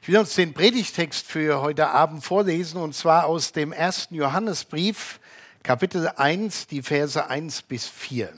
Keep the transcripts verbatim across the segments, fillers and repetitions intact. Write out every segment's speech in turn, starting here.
Ich will uns den Predigtext für heute Abend vorlesen, und zwar aus dem ersten Johannesbrief, Kapitel eins, die Verse eins bis vier.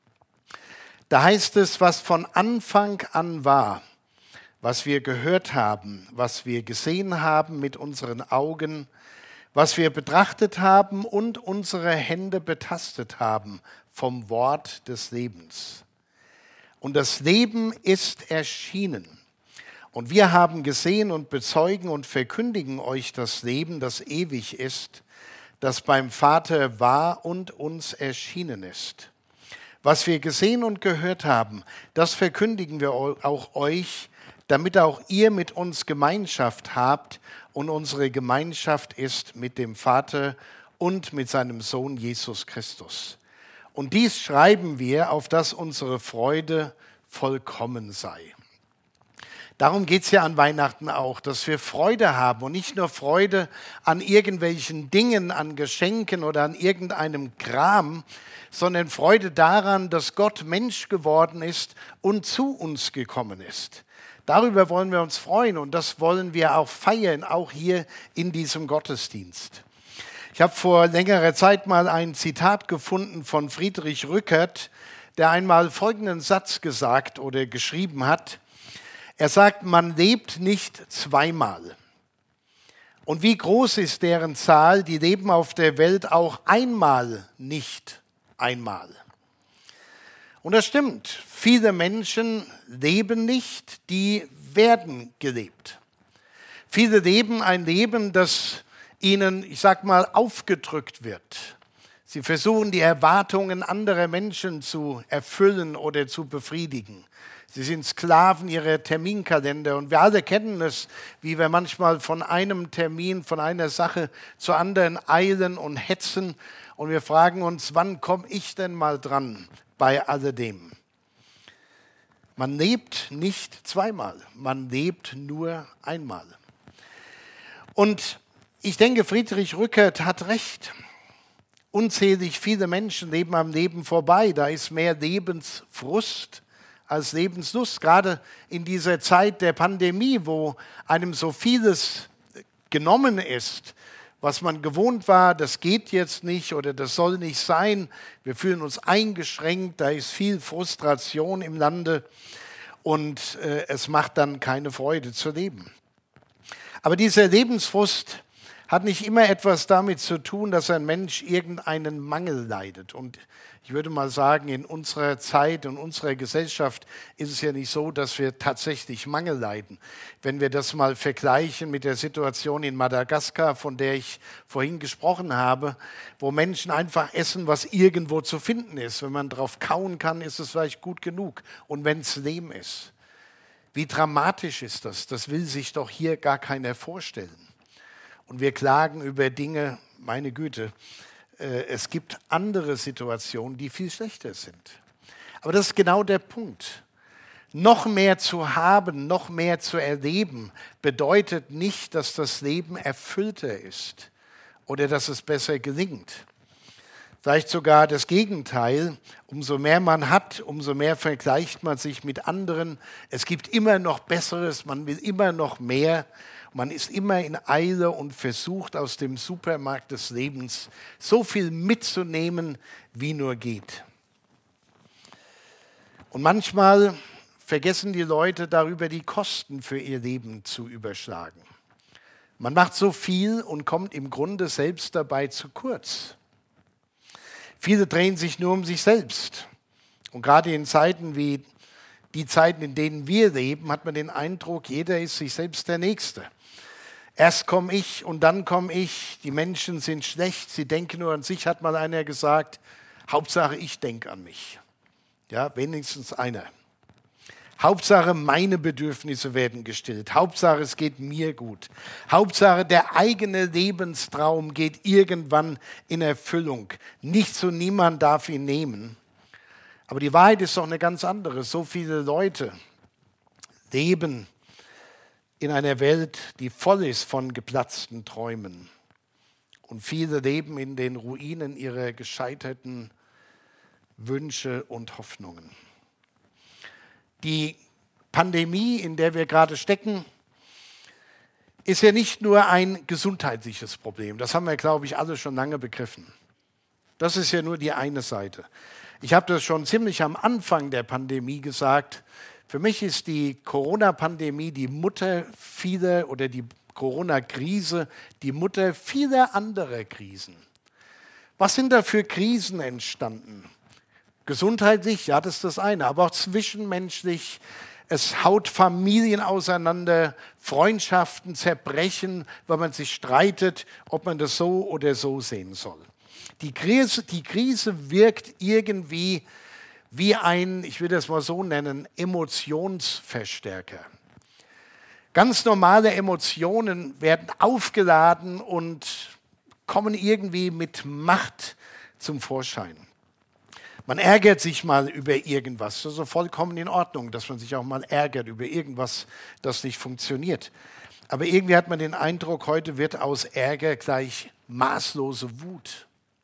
Da heißt es, was von Anfang an war, was wir gehört haben, was wir gesehen haben mit unseren Augen, was wir betrachtet haben und unsere Hände betastet haben vom Wort des Lebens. Und das Leben ist erschienen. Und wir haben gesehen und bezeugen und verkündigen euch das Leben, das ewig ist, das beim Vater war und uns erschienen ist. Was wir gesehen und gehört haben, das verkündigen wir auch euch, damit auch ihr mit uns Gemeinschaft habt, und unsere Gemeinschaft ist mit dem Vater und mit seinem Sohn Jesus Christus. Und dies schreiben wir, auf dass unsere Freude vollkommen sei. Darum geht es ja an Weihnachten auch, dass wir Freude haben und nicht nur Freude an irgendwelchen Dingen, an Geschenken oder an irgendeinem Kram, sondern Freude daran, dass Gott Mensch geworden ist und zu uns gekommen ist. Darüber wollen wir uns freuen und das wollen wir auch feiern, auch hier in diesem Gottesdienst. Ich habe vor längerer Zeit mal ein Zitat gefunden von Friedrich Rückert, der einmal folgenden Satz gesagt oder geschrieben hat. Er sagt, man lebt nicht zweimal. Und wie groß ist deren Zahl, die leben auf der Welt auch einmal nicht einmal. Und das stimmt. Viele Menschen leben nicht, die werden gelebt. Viele leben ein Leben, das ihnen, ich sag mal, aufgedrückt wird. Sie versuchen, die Erwartungen anderer Menschen zu erfüllen oder zu befriedigen. Sie sind Sklaven ihrer Terminkalender und wir alle kennen es, wie wir manchmal von einem Termin, von einer Sache zur anderen eilen und hetzen und wir fragen uns, wann komme ich denn mal dran bei alledem? Man lebt nicht zweimal, man lebt nur einmal. Und ich denke, Friedrich Rückert hat recht. Unzählig viele Menschen leben am Leben vorbei, da ist mehr Lebensfrust als Lebenslust, gerade in dieser Zeit der Pandemie, wo einem so vieles genommen ist, was man gewohnt war, das geht jetzt nicht oder das soll nicht sein. Wir fühlen uns eingeschränkt, da ist viel Frustration im Lande und äh, es macht dann keine Freude zu leben. Aber dieser Lebensfrust hat nicht immer etwas damit zu tun, dass ein Mensch irgendeinen Mangel leidet. Und ich würde mal sagen, in unserer Zeit, in unserer Gesellschaft ist es ja nicht so, dass wir tatsächlich Mangel leiden. Wenn wir das mal vergleichen mit der Situation in Madagaskar, von der ich vorhin gesprochen habe, wo Menschen einfach essen, was irgendwo zu finden ist. Wenn man drauf kauen kann, ist es vielleicht gut genug. Und wenn es Lehm ist. Wie dramatisch ist das? Das will sich doch hier gar keiner vorstellen. Und wir klagen über Dinge, meine Güte, äh, es gibt andere Situationen, die viel schlechter sind. Aber das ist genau der Punkt. Noch mehr zu haben, noch mehr zu erleben, bedeutet nicht, dass das Leben erfüllter ist oder dass es besser gelingt. Vielleicht sogar das Gegenteil. Umso mehr man hat, umso mehr vergleicht man sich mit anderen. Es gibt immer noch Besseres, man will immer noch mehr. Man ist immer in Eile und versucht, aus dem Supermarkt des Lebens so viel mitzunehmen, wie nur geht. Und manchmal vergessen die Leute darüber, die Kosten für ihr Leben zu überschlagen. Man macht so viel und kommt im Grunde selbst dabei zu kurz. Viele drehen sich nur um sich selbst. Und gerade in Zeiten wie die Zeiten, in denen wir leben, hat man den Eindruck, jeder ist sich selbst der Nächste. Erst komme ich und dann komme ich. Die Menschen sind schlecht, sie denken nur an sich, hat mal einer gesagt. Hauptsache, ich denke an mich. Ja, wenigstens einer. Hauptsache, meine Bedürfnisse werden gestillt. Hauptsache, es geht mir gut. Hauptsache, der eigene Lebenstraum geht irgendwann in Erfüllung. Nichts und niemand darf ihn nehmen. Aber die Wahrheit ist doch eine ganz andere. So viele Leute leben in einer Welt, die voll ist von geplatzten Träumen. Und viele leben in den Ruinen ihrer gescheiterten Wünsche und Hoffnungen. Die Pandemie, in der wir gerade stecken, ist ja nicht nur ein gesundheitliches Problem. Das haben wir, glaube ich, alle schon lange begriffen. Das ist ja nur die eine Seite. Ich habe das schon ziemlich am Anfang der Pandemie gesagt. Für mich ist die Corona-Pandemie die Mutter vieler oder die Corona-Krise die Mutter vieler anderer Krisen. Was sind da für Krisen entstanden? Gesundheitlich, ja, das ist das eine, aber auch zwischenmenschlich. Es haut Familien auseinander, Freundschaften zerbrechen, weil man sich streitet, ob man das so oder so sehen soll. Die Krise, die Krise wirkt irgendwie wie ein, ich will das mal so nennen, Emotionsverstärker. Ganz normale Emotionen werden aufgeladen und kommen irgendwie mit Macht zum Vorschein. Man ärgert sich mal über irgendwas. Das ist vollkommen in Ordnung, dass man sich auch mal ärgert über irgendwas, das nicht funktioniert. Aber irgendwie hat man den Eindruck, heute wird aus Ärger gleich maßlose Wut.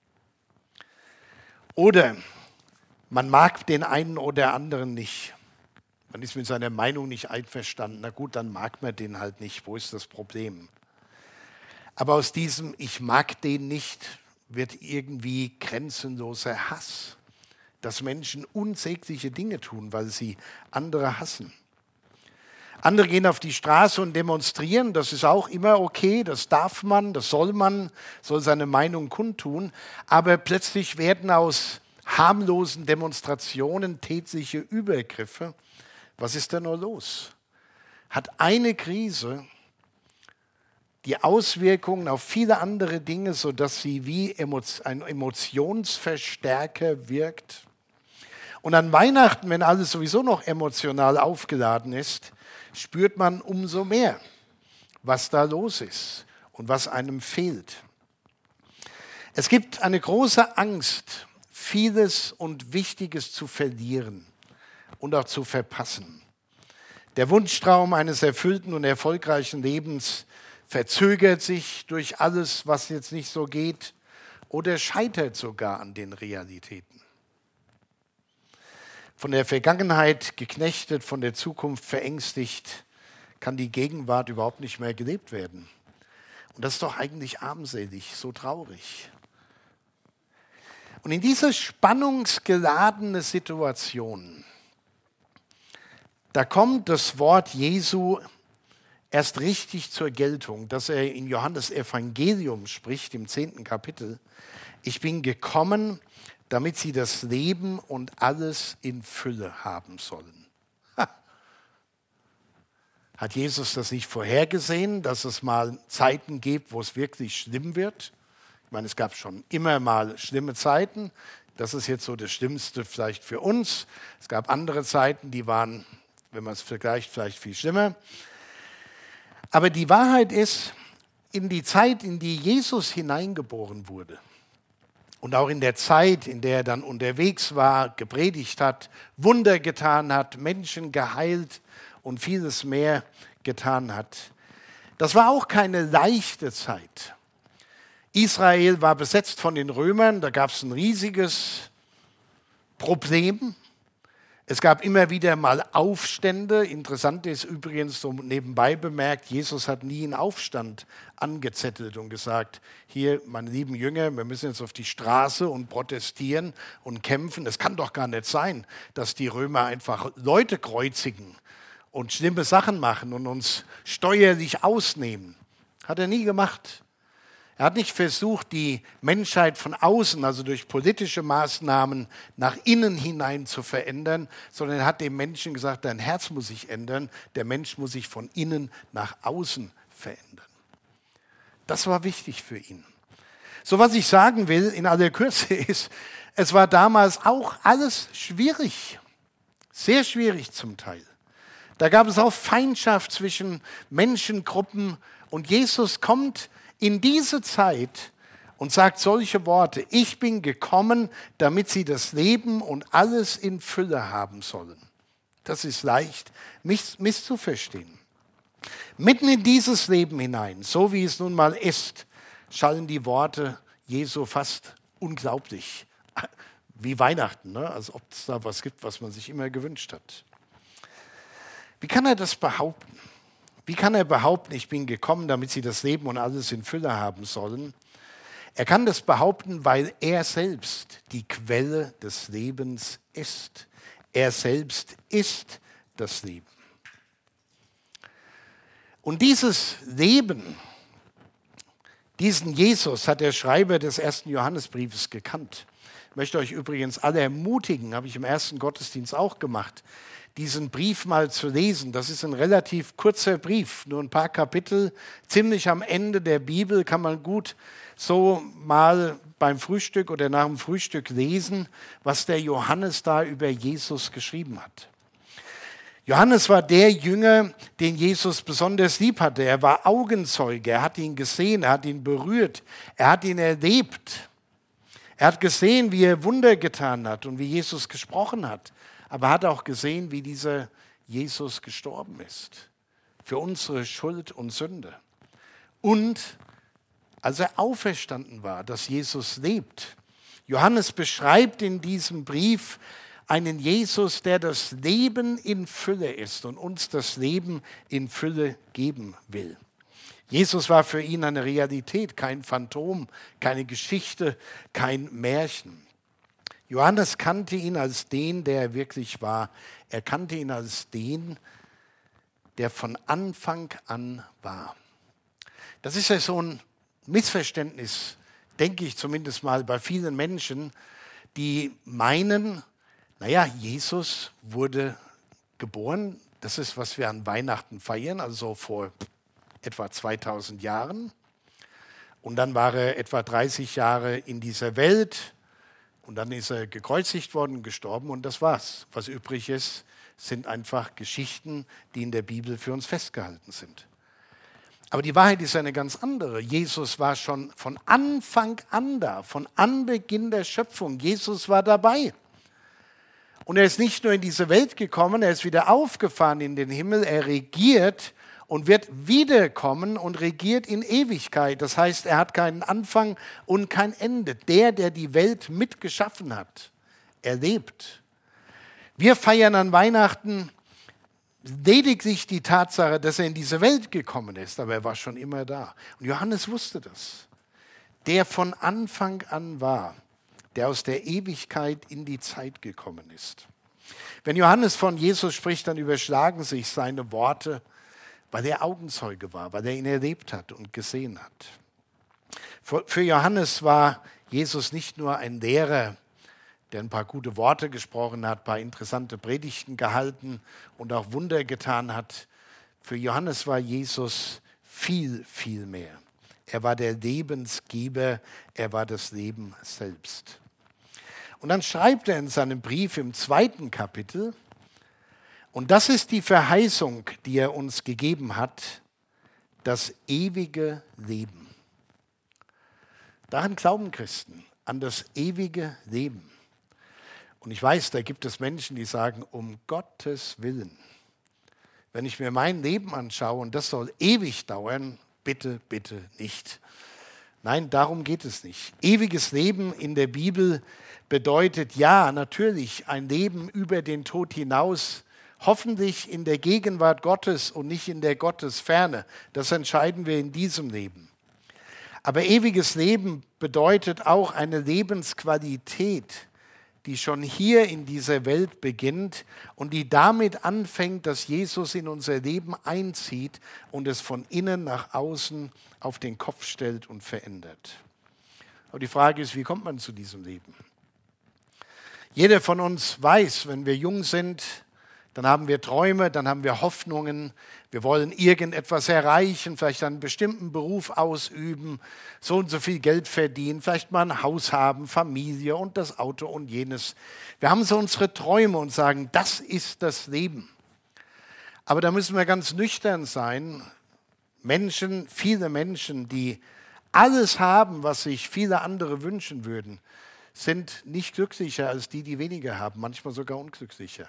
Oder man mag den einen oder anderen nicht. Man ist mit seiner Meinung nicht einverstanden. Na gut, dann mag man den halt nicht. Wo ist das Problem? Aber aus diesem Ich mag den nicht wird irgendwie grenzenloser Hass. Dass Menschen unsägliche Dinge tun, weil sie andere hassen. Andere gehen auf die Straße und demonstrieren. Das ist auch immer okay. Das darf man, das soll man, soll seine Meinung kundtun. Aber plötzlich werden aus harmlosen Demonstrationen tätliche Übergriffe. Was ist da nur los? Hat eine Krise die Auswirkungen auf viele andere Dinge, sodass sie wie ein Emotionsverstärker wirkt? Und an Weihnachten, wenn alles sowieso noch emotional aufgeladen ist, spürt man umso mehr, was da los ist und was einem fehlt. Es gibt eine große Angst, vieles und Wichtiges zu verlieren und auch zu verpassen. Der Wunschtraum eines erfüllten und erfolgreichen Lebens verzögert sich durch alles, was jetzt nicht so geht, oder scheitert sogar an den Realitäten. Von der Vergangenheit geknechtet, von der Zukunft verängstigt, kann die Gegenwart überhaupt nicht mehr gelebt werden. Und das ist doch eigentlich armselig, so traurig. Und in diese spannungsgeladene Situation, da kommt das Wort Jesu erst richtig zur Geltung, dass er in Johannes Evangelium spricht, im zehnten Kapitel. Ich bin gekommen, damit sie das Leben und alles in Fülle haben sollen. Ha. Hat Jesus das nicht vorhergesehen, dass es mal Zeiten gibt, wo es wirklich schlimm wird? Ich meine, es gab schon immer mal schlimme Zeiten. Das ist jetzt so das Schlimmste vielleicht für uns. Es gab andere Zeiten, die waren, wenn man es vergleicht, vielleicht viel schlimmer. Aber die Wahrheit ist, in die Zeit, in die Jesus hineingeboren wurde, und auch in der Zeit, in der er dann unterwegs war, gepredigt hat, Wunder getan hat, Menschen geheilt und vieles mehr getan hat. Das war auch keine leichte Zeit. Israel war besetzt von den Römern, da gab es ein riesiges Problem. Es gab immer wieder mal Aufstände. Interessant ist übrigens, so nebenbei bemerkt, Jesus hat nie einen Aufstand angezettelt und gesagt, hier, meine lieben Jünger, wir müssen jetzt auf die Straße und protestieren und kämpfen. Es kann doch gar nicht sein, dass die Römer einfach Leute kreuzigen und schlimme Sachen machen und uns steuerlich ausnehmen. Hat er nie gemacht. Er hat nicht versucht, die Menschheit von außen, also durch politische Maßnahmen, nach innen hinein zu verändern, sondern er hat dem Menschen gesagt, dein Herz muss sich ändern, der Mensch muss sich von innen nach außen verändern. Das war wichtig für ihn. So, was ich sagen will in aller Kürze ist, es war damals auch alles schwierig, sehr schwierig zum Teil. Da gab es auch Feindschaft zwischen Menschengruppen und Jesus kommt in diese Zeit und sagt solche Worte, ich bin gekommen, damit sie das Leben und alles in Fülle haben sollen. Das ist leicht misszuverstehen. Mitten in dieses Leben hinein, so wie es nun mal ist, schallen die Worte Jesu fast unglaublich. Wie Weihnachten, ne? Als ob es da was gibt, was man sich immer gewünscht hat. Wie kann er das behaupten? Wie kann er behaupten, ich bin gekommen, damit sie das Leben und alles in Fülle haben sollen? Er kann das behaupten, weil er selbst die Quelle des Lebens ist. Er selbst ist das Leben. Und dieses Leben, diesen Jesus hat der Schreiber des ersten Johannesbriefes gekannt. Ich möchte euch übrigens alle ermutigen, habe ich im ersten Gottesdienst auch gemacht, diesen Brief mal zu lesen. Das ist ein relativ kurzer Brief, nur ein paar Kapitel, ziemlich am Ende der Bibel, kann man gut so mal beim Frühstück oder nach dem Frühstück lesen, was der Johannes da über Jesus geschrieben hat. Johannes war der Jünger, den Jesus besonders lieb hatte. Er war Augenzeuge, er hat ihn gesehen, er hat ihn berührt, er hat ihn erlebt. Er hat gesehen, wie er Wunder getan hat und wie Jesus gesprochen hat. Aber er hat auch gesehen, wie dieser Jesus gestorben ist. Für unsere Schuld und Sünde. Und als er auferstanden war, dass Jesus lebt. Johannes beschreibt in diesem Brief einen Jesus, der das Leben in Fülle ist und uns das Leben in Fülle geben will. Jesus war für ihn eine Realität, kein Phantom, keine Geschichte, kein Märchen. Johannes kannte ihn als den, der er wirklich war. Er kannte ihn als den, der von Anfang an war. Das ist ja so ein Missverständnis, denke ich zumindest mal bei vielen Menschen, die meinen, naja, Jesus wurde geboren, das ist, was wir an Weihnachten feiern, also vor etwa zweitausend Jahren. Und dann war er etwa dreißig Jahre in dieser Welt und dann ist er gekreuzigt worden, gestorben und das war's. Was übrig ist, sind einfach Geschichten, die in der Bibel für uns festgehalten sind. Aber die Wahrheit ist eine ganz andere. Jesus war schon von Anfang an da, von Anbeginn der Schöpfung. Jesus war dabei. Und er ist nicht nur in diese Welt gekommen, er ist wieder aufgefahren in den Himmel, er regiert und wird wiederkommen und regiert in Ewigkeit. Das heißt, er hat keinen Anfang und kein Ende. Der, der die Welt mitgeschaffen hat, er lebt. Wir feiern an Weihnachten lediglich die Tatsache, dass er in diese Welt gekommen ist, aber er war schon immer da. Und Johannes wusste das. Der von Anfang an war, der aus der Ewigkeit in die Zeit gekommen ist. Wenn Johannes von Jesus spricht, dann überschlagen sich seine Worte, weil er Augenzeuge war, weil er ihn erlebt hat und gesehen hat. Für Johannes war Jesus nicht nur ein Lehrer, der ein paar gute Worte gesprochen hat, ein paar interessante Predigten gehalten und auch Wunder getan hat. Für Johannes war Jesus viel, viel mehr. Er war der Lebensgeber, er war das Leben selbst. Und dann schreibt er in seinem Brief im zweiten Kapitel, und das ist die Verheißung, die er uns gegeben hat, das ewige Leben. Daran glauben Christen, an das ewige Leben. Und ich weiß, da gibt es Menschen, die sagen, um Gottes Willen, wenn ich mir mein Leben anschaue und das soll ewig dauern, bitte, bitte nicht. Nein, darum geht es nicht. Ewiges Leben in der Bibel bedeutet ja, natürlich ein Leben über den Tod hinaus, hoffentlich in der Gegenwart Gottes und nicht in der Gottesferne. Das entscheiden wir in diesem Leben. Aber ewiges Leben bedeutet auch eine Lebensqualität, die schon hier in dieser Welt beginnt und die damit anfängt, dass Jesus in unser Leben einzieht und es von innen nach außen auf den Kopf stellt und verändert. Aber die Frage ist, wie kommt man zu diesem Leben? Jeder von uns weiß, wenn wir jung sind, dann haben wir Träume, dann haben wir Hoffnungen. Wir wollen irgendetwas erreichen, vielleicht einen bestimmten Beruf ausüben, so und so viel Geld verdienen, vielleicht mal ein Haus haben, Familie und das Auto und jenes. Wir haben so unsere Träume und sagen, das ist das Leben. Aber da müssen wir ganz nüchtern sein. Menschen, viele Menschen, die alles haben, was sich viele andere wünschen würden, sind nicht glücklicher als die, die weniger haben, manchmal sogar unglücklicher.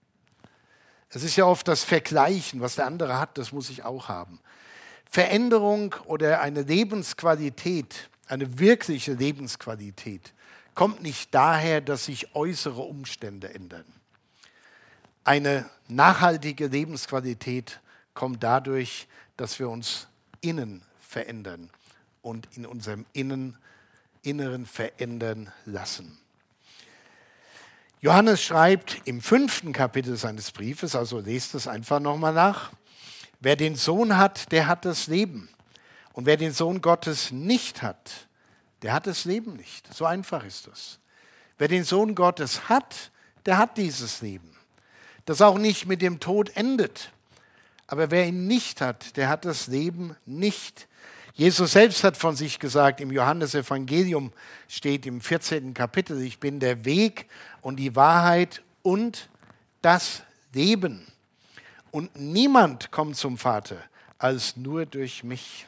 Es ist ja oft das Vergleichen, was der andere hat, das muss ich auch haben. Veränderung oder eine Lebensqualität, eine wirkliche Lebensqualität, kommt nicht daher, dass sich äußere Umstände ändern. Eine nachhaltige Lebensqualität kommt dadurch, dass wir uns innen verändern und in unserem Innen, Inneren verändern lassen. Johannes schreibt im fünften Kapitel seines Briefes, also lest es einfach nochmal nach, wer den Sohn hat, der hat das Leben. Und wer den Sohn Gottes nicht hat, der hat das Leben nicht. So einfach ist das. Wer den Sohn Gottes hat, der hat dieses Leben. Das auch nicht mit dem Tod endet. Aber wer ihn nicht hat, der hat das Leben nicht. Jesus selbst hat von sich gesagt, im Johannesevangelium steht im vierzehnten Kapitel, ich bin der Weg und die Wahrheit und das Leben. Und niemand kommt zum Vater als nur durch mich.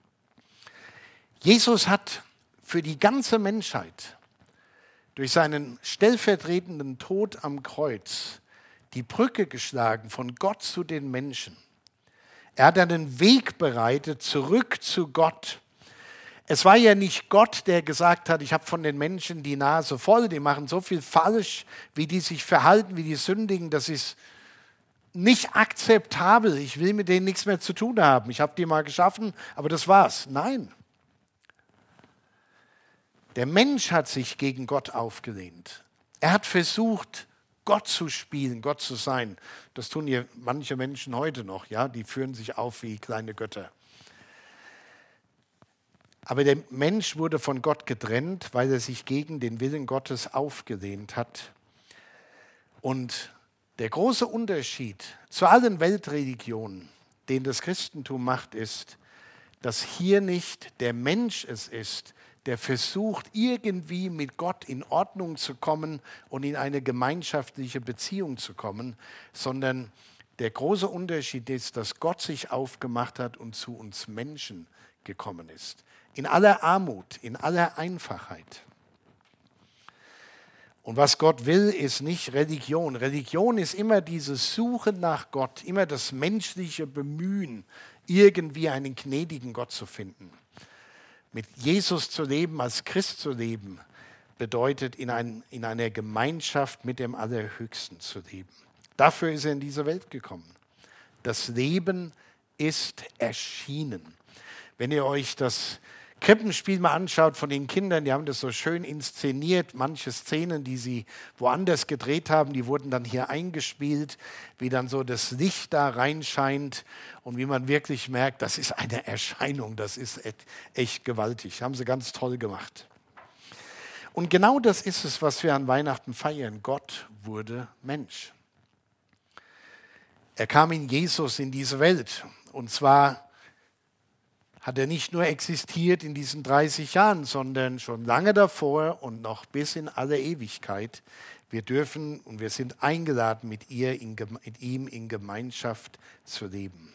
Jesus hat für die ganze Menschheit durch seinen stellvertretenden Tod am Kreuz die Brücke geschlagen von Gott zu den Menschen. Er hat einen Weg bereitet, zurück zu Gott. Es war ja nicht Gott, der gesagt hat, ich habe von den Menschen die Nase voll, die machen so viel falsch, wie die sich verhalten, wie die sündigen, das ist nicht akzeptabel, ich will mit denen nichts mehr zu tun haben. Ich habe die mal geschaffen, aber das war's. Nein. Der Mensch hat sich gegen Gott aufgelehnt. Er hat versucht, Gott zu spielen, Gott zu sein. Das tun hier manche Menschen heute noch, ja, die führen sich auf wie kleine Götter. Aber der Mensch wurde von Gott getrennt, weil er sich gegen den Willen Gottes aufgelehnt hat. Und der große Unterschied zu allen Weltreligionen, den das Christentum macht, ist, dass hier nicht der Mensch es ist, der versucht, irgendwie mit Gott in Ordnung zu kommen und in eine gemeinschaftliche Beziehung zu kommen, sondern der große Unterschied ist, dass Gott sich aufgemacht hat und zu uns Menschen gekommen ist. In aller Armut, in aller Einfachheit. Und was Gott will, ist nicht Religion. Religion ist immer diese Suche nach Gott, immer das menschliche Bemühen, irgendwie einen gnädigen Gott zu finden. Mit Jesus zu leben, als Christ zu leben, bedeutet in, ein, in einer Gemeinschaft mit dem Allerhöchsten zu leben. Dafür ist er in diese Welt gekommen. Das Leben ist erschienen. Wenn ihr euch das Krippenspiel mal anschaut von den Kindern, die haben das so schön inszeniert. Manche Szenen, die sie woanders gedreht haben, die wurden dann hier eingespielt, wie dann so das Licht da reinscheint und wie man wirklich merkt, das ist eine Erscheinung, das ist echt gewaltig. Haben sie ganz toll gemacht. Und genau das ist es, was wir an Weihnachten feiern. Gott wurde Mensch. Er kam in Jesus in diese Welt und zwar hat er nicht nur existiert in diesen dreißig Jahren, sondern schon lange davor und noch bis in alle Ewigkeit. Wir dürfen und wir sind eingeladen, mit, ihr in, mit ihm in Gemeinschaft zu leben.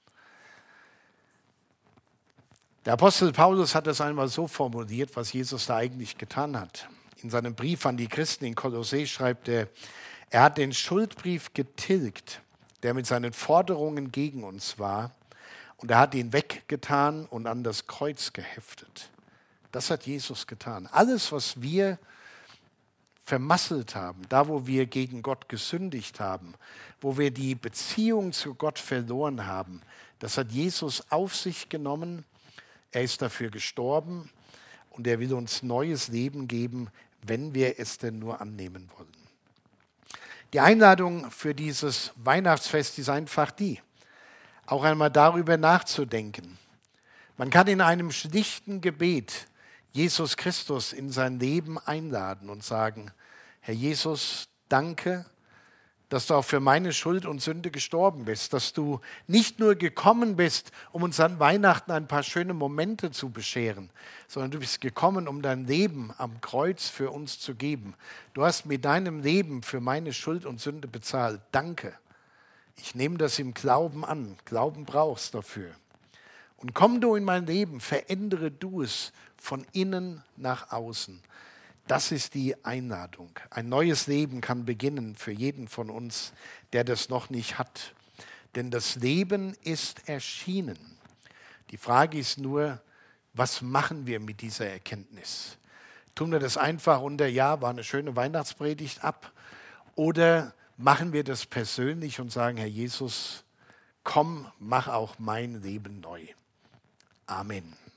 Der Apostel Paulus hat das einmal so formuliert, was Jesus da eigentlich getan hat. In seinem Brief an die Christen in Kolossä schreibt er, er hat den Schuldbrief getilgt, der mit seinen Forderungen gegen uns war. Und er hat ihn weggetan und an das Kreuz geheftet. Das hat Jesus getan. Alles, was wir vermasselt haben, da wo wir gegen Gott gesündigt haben, wo wir die Beziehung zu Gott verloren haben, das hat Jesus auf sich genommen. Er ist dafür gestorben und er will uns neues Leben geben, wenn wir es denn nur annehmen wollen. Die Einladung für dieses Weihnachtsfest ist einfach die, auch einmal darüber nachzudenken. Man kann in einem schlichten Gebet Jesus Christus in sein Leben einladen und sagen, Herr Jesus, danke, dass du auch für meine Schuld und Sünde gestorben bist, dass du nicht nur gekommen bist, um uns an Weihnachten ein paar schöne Momente zu bescheren, sondern du bist gekommen, um dein Leben am Kreuz für uns zu geben. Du hast mit deinem Leben für meine Schuld und Sünde bezahlt. Danke. Ich nehme das im Glauben an. Glauben brauchst dafür. Und komm du in mein Leben, verändere du es von innen nach außen. Das ist die Einladung. Ein neues Leben kann beginnen für jeden von uns, der das noch nicht hat. Denn das Leben ist erschienen. Die Frage ist nur, was machen wir mit dieser Erkenntnis? Tun wir das einfach unter, ja, war eine schöne Weihnachtspredigt ab? Oder machen wir das persönlich und sagen, Herr Jesus, komm, mach auch mein Leben neu. Amen.